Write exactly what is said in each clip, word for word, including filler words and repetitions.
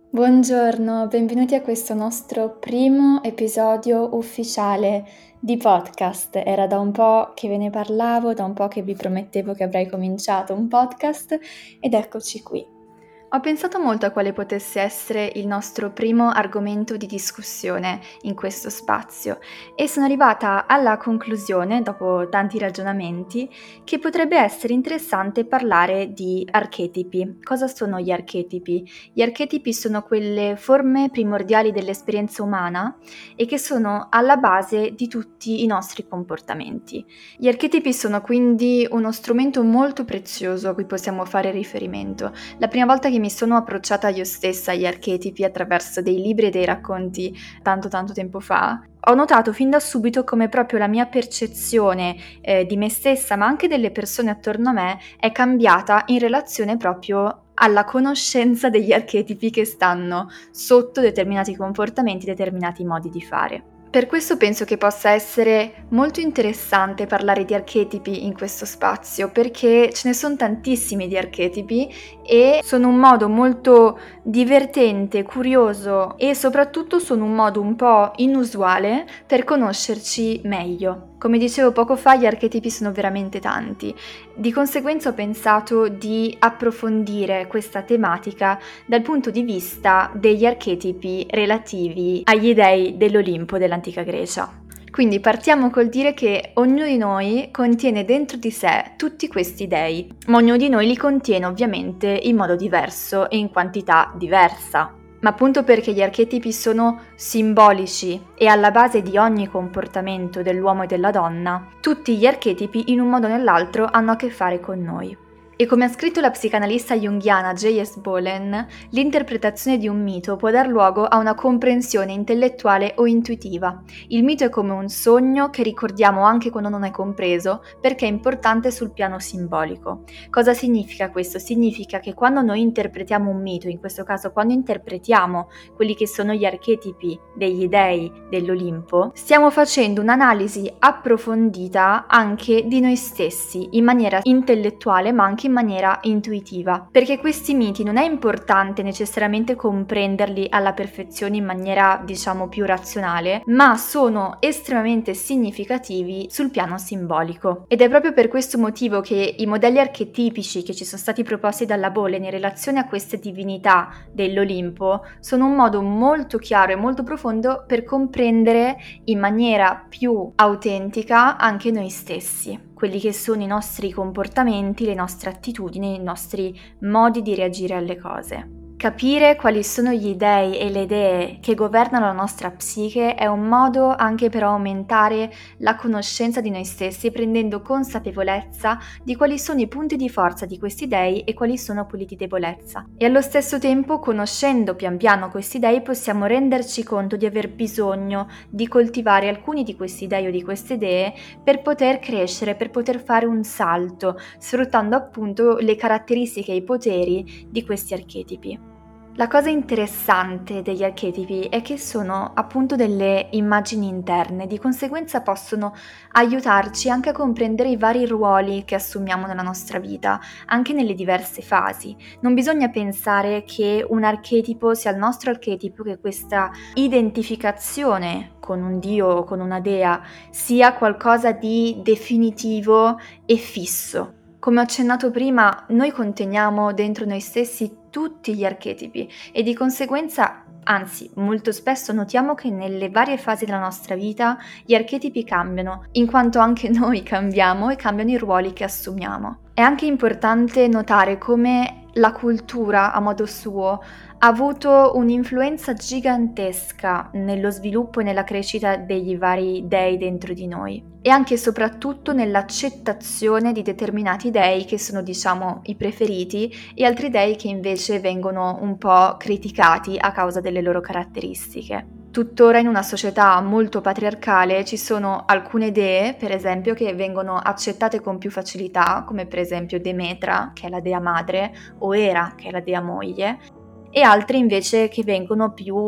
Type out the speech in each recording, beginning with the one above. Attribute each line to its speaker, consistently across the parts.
Speaker 1: Buongiorno, benvenuti a questo nostro primo episodio ufficiale di podcast. Era da un po' che ve ne parlavo, da un po' che vi promettevo che avrei cominciato un podcast ed eccoci qui. Ho pensato molto a quale potesse essere il nostro primo argomento di discussione in questo spazio e sono arrivata alla conclusione, dopo tanti ragionamenti, che potrebbe essere interessante parlare di archetipi. Cosa sono gli archetipi? Gli archetipi sono quelle forme primordiali dell'esperienza umana e che sono alla base di tutti i nostri comportamenti. Gli archetipi sono quindi uno strumento molto prezioso a cui possiamo fare riferimento. La prima volta che mi sono approcciata io stessa agli archetipi attraverso dei libri e dei racconti tanto tanto tempo fa, ho notato fin da subito come proprio la mia percezione eh, di me stessa, ma anche delle persone attorno a me, è cambiata in relazione proprio alla conoscenza degli archetipi che stanno sotto determinati comportamenti, determinati modi di fare. Per questo penso che possa essere molto interessante parlare di archetipi in questo spazio, perché ce ne sono tantissimi di archetipi e sono un modo molto divertente, curioso e soprattutto sono un modo un po' inusuale per conoscerci meglio. Come dicevo poco fa, gli archetipi sono veramente tanti. Di conseguenza ho pensato di approfondire questa tematica dal punto di vista degli archetipi relativi agli dei dell'Olimpo dell'antica Grecia. Quindi partiamo col dire che ognuno di noi contiene dentro di sé tutti questi dei, ma ognuno di noi li contiene ovviamente in modo diverso e in quantità diversa. Ma appunto perché gli archetipi sono simbolici e alla base di ogni comportamento dell'uomo e della donna, tutti gli archetipi in un modo o nell'altro hanno a che fare con noi. E come ha scritto la psicanalista junghiana J S Bolen, l'interpretazione di un mito può dar luogo a una comprensione intellettuale o intuitiva. Il mito è come un sogno che ricordiamo anche quando non è compreso, perché è importante sul piano simbolico. Cosa significa questo? Significa che quando noi interpretiamo un mito, in questo caso quando interpretiamo quelli che sono gli archetipi degli dei dell'Olimpo, stiamo facendo un'analisi approfondita anche di noi stessi, in maniera intellettuale ma anche in maniera intuitiva, perché questi miti non è importante necessariamente comprenderli alla perfezione in maniera, diciamo, più razionale, ma sono estremamente significativi sul piano simbolico. Ed è proprio per questo motivo che i modelli archetipici che ci sono stati proposti dalla Bolen in relazione a queste divinità dell'Olimpo sono un modo molto chiaro e molto profondo per comprendere in maniera più autentica anche noi stessi, quelli che sono i nostri comportamenti, le nostre attitudini, i nostri modi di reagire alle cose. Capire quali sono gli dei e le idee che governano la nostra psiche è un modo anche per aumentare la conoscenza di noi stessi, prendendo consapevolezza di quali sono i punti di forza di questi dei e quali sono quelli di debolezza. E allo stesso tempo, conoscendo pian piano questi dei, possiamo renderci conto di aver bisogno di coltivare alcuni di questi dei o di queste idee per poter crescere, per poter fare un salto, sfruttando appunto le caratteristiche e i poteri di questi archetipi. La cosa interessante degli archetipi è che sono appunto delle immagini interne, di conseguenza possono aiutarci anche a comprendere i vari ruoli che assumiamo nella nostra vita, anche nelle diverse fasi. Non bisogna pensare che un archetipo sia il nostro archetipo, che questa identificazione con un dio o con una dea sia qualcosa di definitivo e fisso. Come ho accennato prima, noi conteniamo dentro noi stessi tutti gli archetipi e di conseguenza, anzi, molto spesso notiamo che nelle varie fasi della nostra vita gli archetipi cambiano, in quanto anche noi cambiamo e cambiano i ruoli che assumiamo. È anche importante notare come la cultura, a modo suo, ha avuto un'influenza gigantesca nello sviluppo e nella crescita degli vari dei dentro di noi e anche e soprattutto nell'accettazione di determinati dei che sono, diciamo, i preferiti e altri dei che invece vengono un po' criticati a causa delle loro caratteristiche. Tuttora in una società molto patriarcale ci sono alcune dee, per esempio, che vengono accettate con più facilità, come per esempio Demetra, che è la dea madre, o Era, che è la dea moglie, e altre invece che vengono più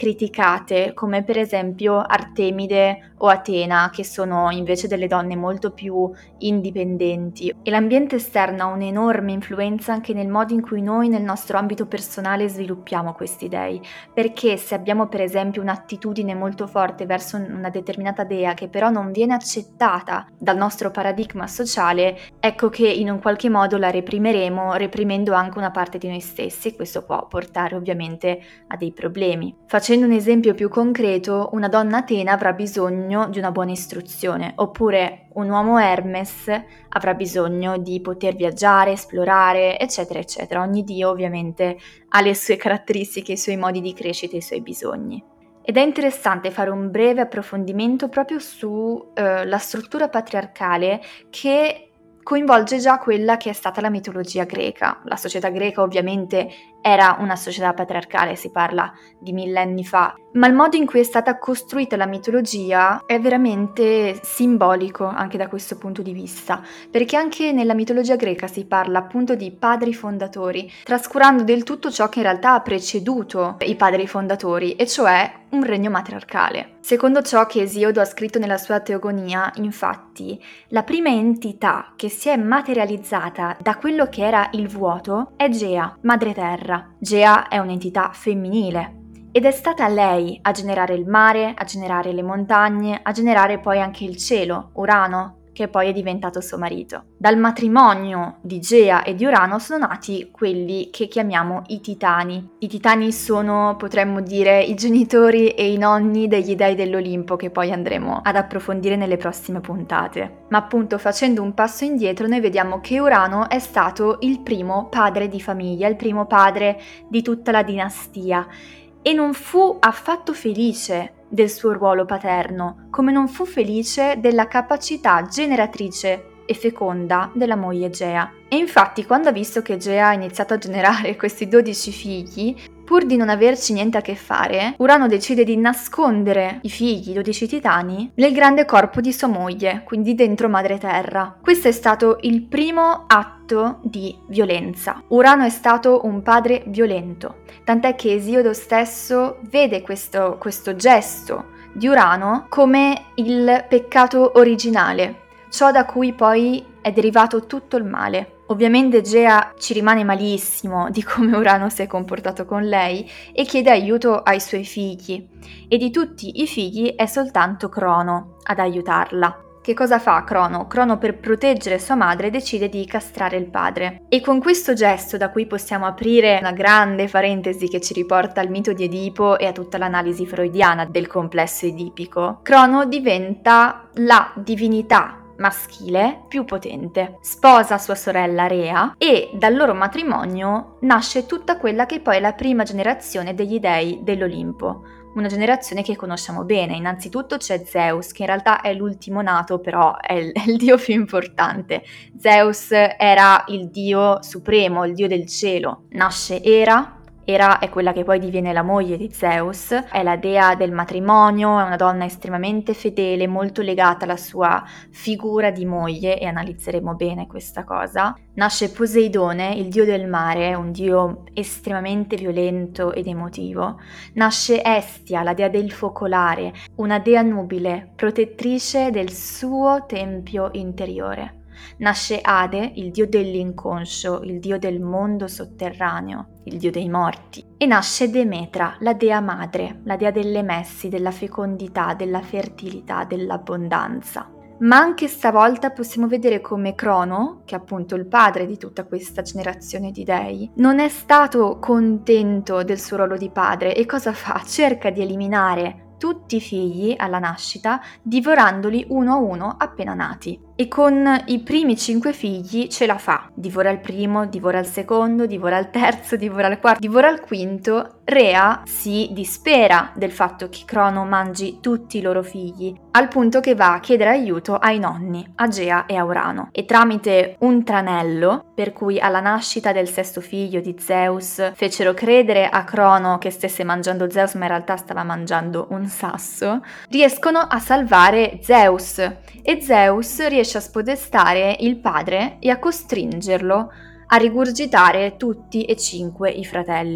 Speaker 1: criticate, come per esempio Artemide o Atena, che sono invece delle donne molto più indipendenti. E l'ambiente esterno ha un'enorme influenza anche nel modo in cui noi nel nostro ambito personale sviluppiamo questi dei, perché se abbiamo per esempio un'attitudine molto forte verso una determinata dea che però non viene accettata dal nostro paradigma sociale, ecco che in un qualche modo la reprimeremo, reprimendo anche una parte di noi stessi, e questo può portare ovviamente a dei problemi. Facendo un esempio più concreto, una donna Atena avrà bisogno di una buona istruzione, oppure un uomo Hermes avrà bisogno di poter viaggiare, esplorare, eccetera, eccetera. Ogni dio ovviamente ha le sue caratteristiche, i suoi modi di crescita e i suoi bisogni. Ed è interessante fare un breve approfondimento proprio sulla eh, struttura patriarcale che coinvolge già quella che è stata la mitologia greca. La società greca ovviamente era una società patriarcale, si parla di millenni fa, ma il modo in cui è stata costruita la mitologia è veramente simbolico anche da questo punto di vista, perché anche nella mitologia greca si parla appunto di padri fondatori, trascurando del tutto ciò che in realtà ha preceduto i padri fondatori, e cioè un regno matriarcale. Secondo ciò che Esiodo ha scritto nella sua Teogonia, infatti, la prima entità che si è materializzata da quello che era il vuoto è Gea, madre terra. Gea è un'entità femminile ed è stata lei a generare il mare, a generare le montagne, a generare poi anche il cielo, Urano, che poi è diventato suo marito. Dal matrimonio di Gea e di Urano sono nati quelli che chiamiamo i Titani. I Titani sono, potremmo dire, i genitori e i nonni degli dei dell'Olimpo, che poi andremo ad approfondire nelle prossime puntate. Ma appunto, facendo un passo indietro, noi vediamo che Urano è stato il primo padre di famiglia, il primo padre di tutta la dinastia, e non fu affatto felice del suo ruolo paterno, come non fu felice della capacità generatrice e feconda della moglie Gea. E infatti, quando ha visto che Gea ha iniziato a generare questi dodici figli, pur di non averci niente a che fare, Urano decide di nascondere i figli, i dodici titani, nel grande corpo di sua moglie, quindi dentro madre terra. Questo è stato il primo atto di violenza. Urano è stato un padre violento, tant'è che Esiodo stesso vede questo, questo gesto di Urano come il peccato originale, ciò da cui poi è derivato tutto il male. Ovviamente Gea ci rimane malissimo di come Urano si è comportato con lei e chiede aiuto ai suoi figli, e di tutti i figli è soltanto Crono ad aiutarla. Che cosa fa Crono? Crono, per proteggere sua madre, decide di castrare il padre. E con questo gesto, da cui possiamo aprire una grande parentesi che ci riporta al mito di Edipo e a tutta l'analisi freudiana del complesso edipico, Crono diventa la divinità maschile più potente. Sposa sua sorella Rea e dal loro matrimonio nasce tutta quella che poi è la prima generazione degli dei dell'Olimpo. Una generazione che conosciamo bene. Innanzitutto c'è Zeus, che in realtà è l'ultimo nato, però è il, è il dio più importante. Zeus era il dio supremo, il dio del cielo. Nasce Era. Era è quella che poi diviene la moglie di Zeus, è la dea del matrimonio, è una donna estremamente fedele, molto legata alla sua figura di moglie, e analizzeremo bene questa cosa. Nasce Poseidone, il dio del mare, un dio estremamente violento ed emotivo. Nasce Estia, la dea del focolare, una dea nubile, protettrice del suo tempio interiore. Nasce Ade, il dio dell'inconscio, il dio del mondo sotterraneo, il dio dei morti. E nasce Demetra, la dea madre, la dea delle messi, della fecondità, della fertilità, dell'abbondanza. Ma anche stavolta possiamo vedere come Crono, che è appunto il padre di tutta questa generazione di dei, non è stato contento del suo ruolo di padre, e cosa fa? Cerca di eliminare tutti i figli alla nascita, divorandoli uno a uno appena nati. E con i primi cinque figli ce la fa. Divora il primo, divora il secondo, divora il terzo, divora il quarto, divora il quinto. Rea si dispera del fatto che Crono mangi tutti i loro figli, al punto che va a chiedere aiuto ai nonni, a Gea e a Urano. E tramite un tranello, per cui alla nascita del sesto figlio di Zeus fecero credere a Crono che stesse mangiando Zeus, ma in realtà stava mangiando un sasso, riescono a salvare Zeus, e Zeus riesce a spodestare il padre e a costringerlo a rigurgitare tutti e cinque i fratelli.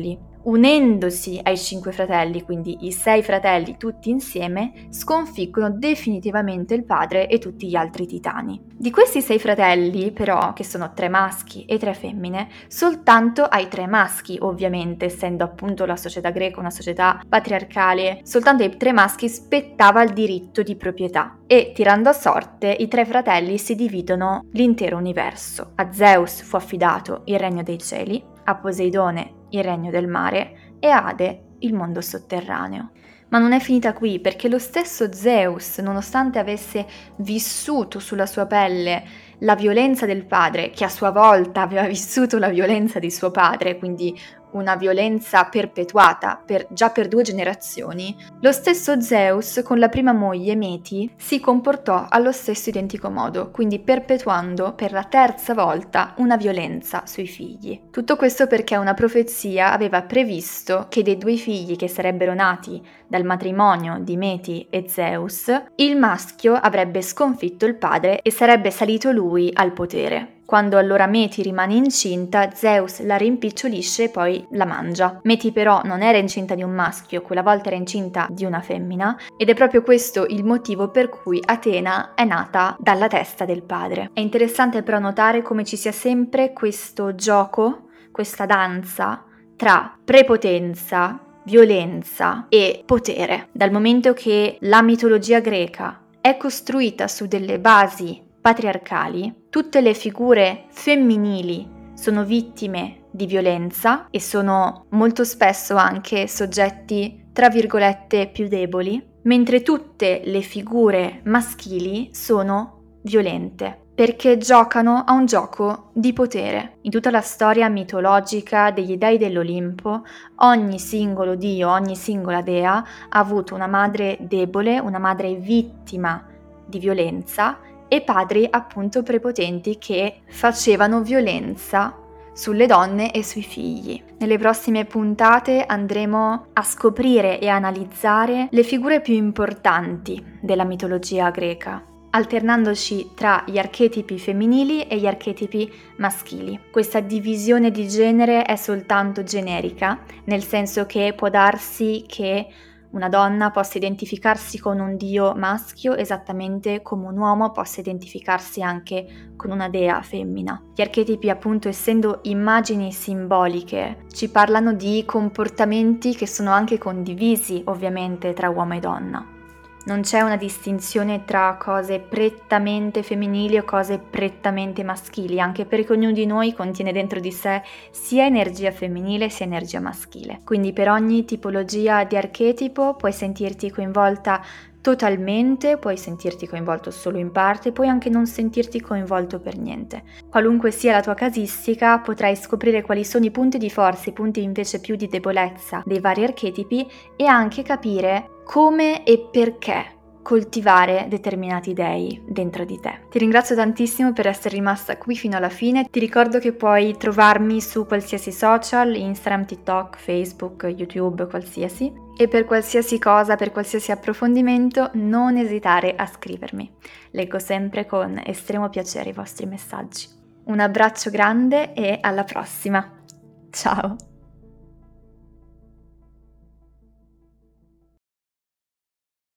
Speaker 1: unendosi ai cinque fratelli, quindi i sei fratelli tutti insieme, sconfiggono definitivamente il padre e tutti gli altri titani. Di questi sei fratelli, però, che sono tre maschi e tre femmine, soltanto ai tre maschi, ovviamente, essendo appunto la società greca una società patriarcale, soltanto ai tre maschi spettava il diritto di proprietà e, tirando a sorte, i tre fratelli si dividono l'intero universo. A Zeus fu affidato il regno dei cieli, a Poseidone il regno del mare e a Ade il mondo sotterraneo. Ma non è finita qui, perché lo stesso Zeus, nonostante avesse vissuto sulla sua pelle la violenza del padre, che a sua volta aveva vissuto la violenza di suo padre, quindi una violenza perpetuata per, già per due generazioni, lo stesso Zeus con la prima moglie Meti si comportò allo stesso identico modo, quindi perpetuando per la terza volta una violenza sui figli. Tutto questo perché una profezia aveva previsto che dei due figli che sarebbero nati dal matrimonio di Meti e Zeus, il maschio avrebbe sconfitto il padre e sarebbe salito lui al potere. Quando allora Meti rimane incinta, Zeus la rimpicciolisce e poi la mangia. Meti però non era incinta di un maschio, quella volta era incinta di una femmina, ed è proprio questo il motivo per cui Atena è nata dalla testa del padre. È interessante però notare come ci sia sempre questo gioco, questa danza tra prepotenza, violenza e potere, dal momento che la mitologia greca è costruita su delle basi patriarcali, tutte le figure femminili sono vittime di violenza e sono molto spesso anche soggetti, tra virgolette, più deboli, mentre tutte le figure maschili sono violente, perché giocano a un gioco di potere. In tutta la storia mitologica degli dei dell'Olimpo, ogni singolo dio, ogni singola dea ha avuto una madre debole, una madre vittima di violenza, e padri appunto prepotenti che facevano violenza sulle donne e sui figli. Nelle prossime puntate andremo a scoprire e analizzare le figure più importanti della mitologia greca, alternandoci tra gli archetipi femminili e gli archetipi maschili. Questa divisione di genere è soltanto generica, nel senso che può darsi che una donna possa identificarsi con un dio maschio esattamente come un uomo possa identificarsi anche con una dea femmina. Gli archetipi, appunto, essendo immagini simboliche, ci parlano di comportamenti che sono anche condivisi, ovviamente, tra uomo e donna. Non c'è una distinzione tra cose prettamente femminili o cose prettamente maschili, anche perché ognuno di noi contiene dentro di sé sia energia femminile sia energia maschile. Quindi per ogni tipologia di archetipo puoi sentirti coinvolta totalmente, puoi sentirti coinvolto solo in parte, puoi anche non sentirti coinvolto per niente. Qualunque sia la tua casistica, potrai scoprire quali sono i punti di forza, i punti invece più di debolezza dei vari archetipi e anche capire come e perché coltivare determinati dei dentro di te. Ti ringrazio tantissimo per essere rimasta qui fino alla fine. Ti ricordo che puoi trovarmi su qualsiasi social, Instagram, TikTok, Facebook, YouTube, qualsiasi. E per qualsiasi cosa, per qualsiasi approfondimento, non esitare a scrivermi. Leggo sempre con estremo piacere i vostri messaggi. Un abbraccio grande e alla prossima. Ciao!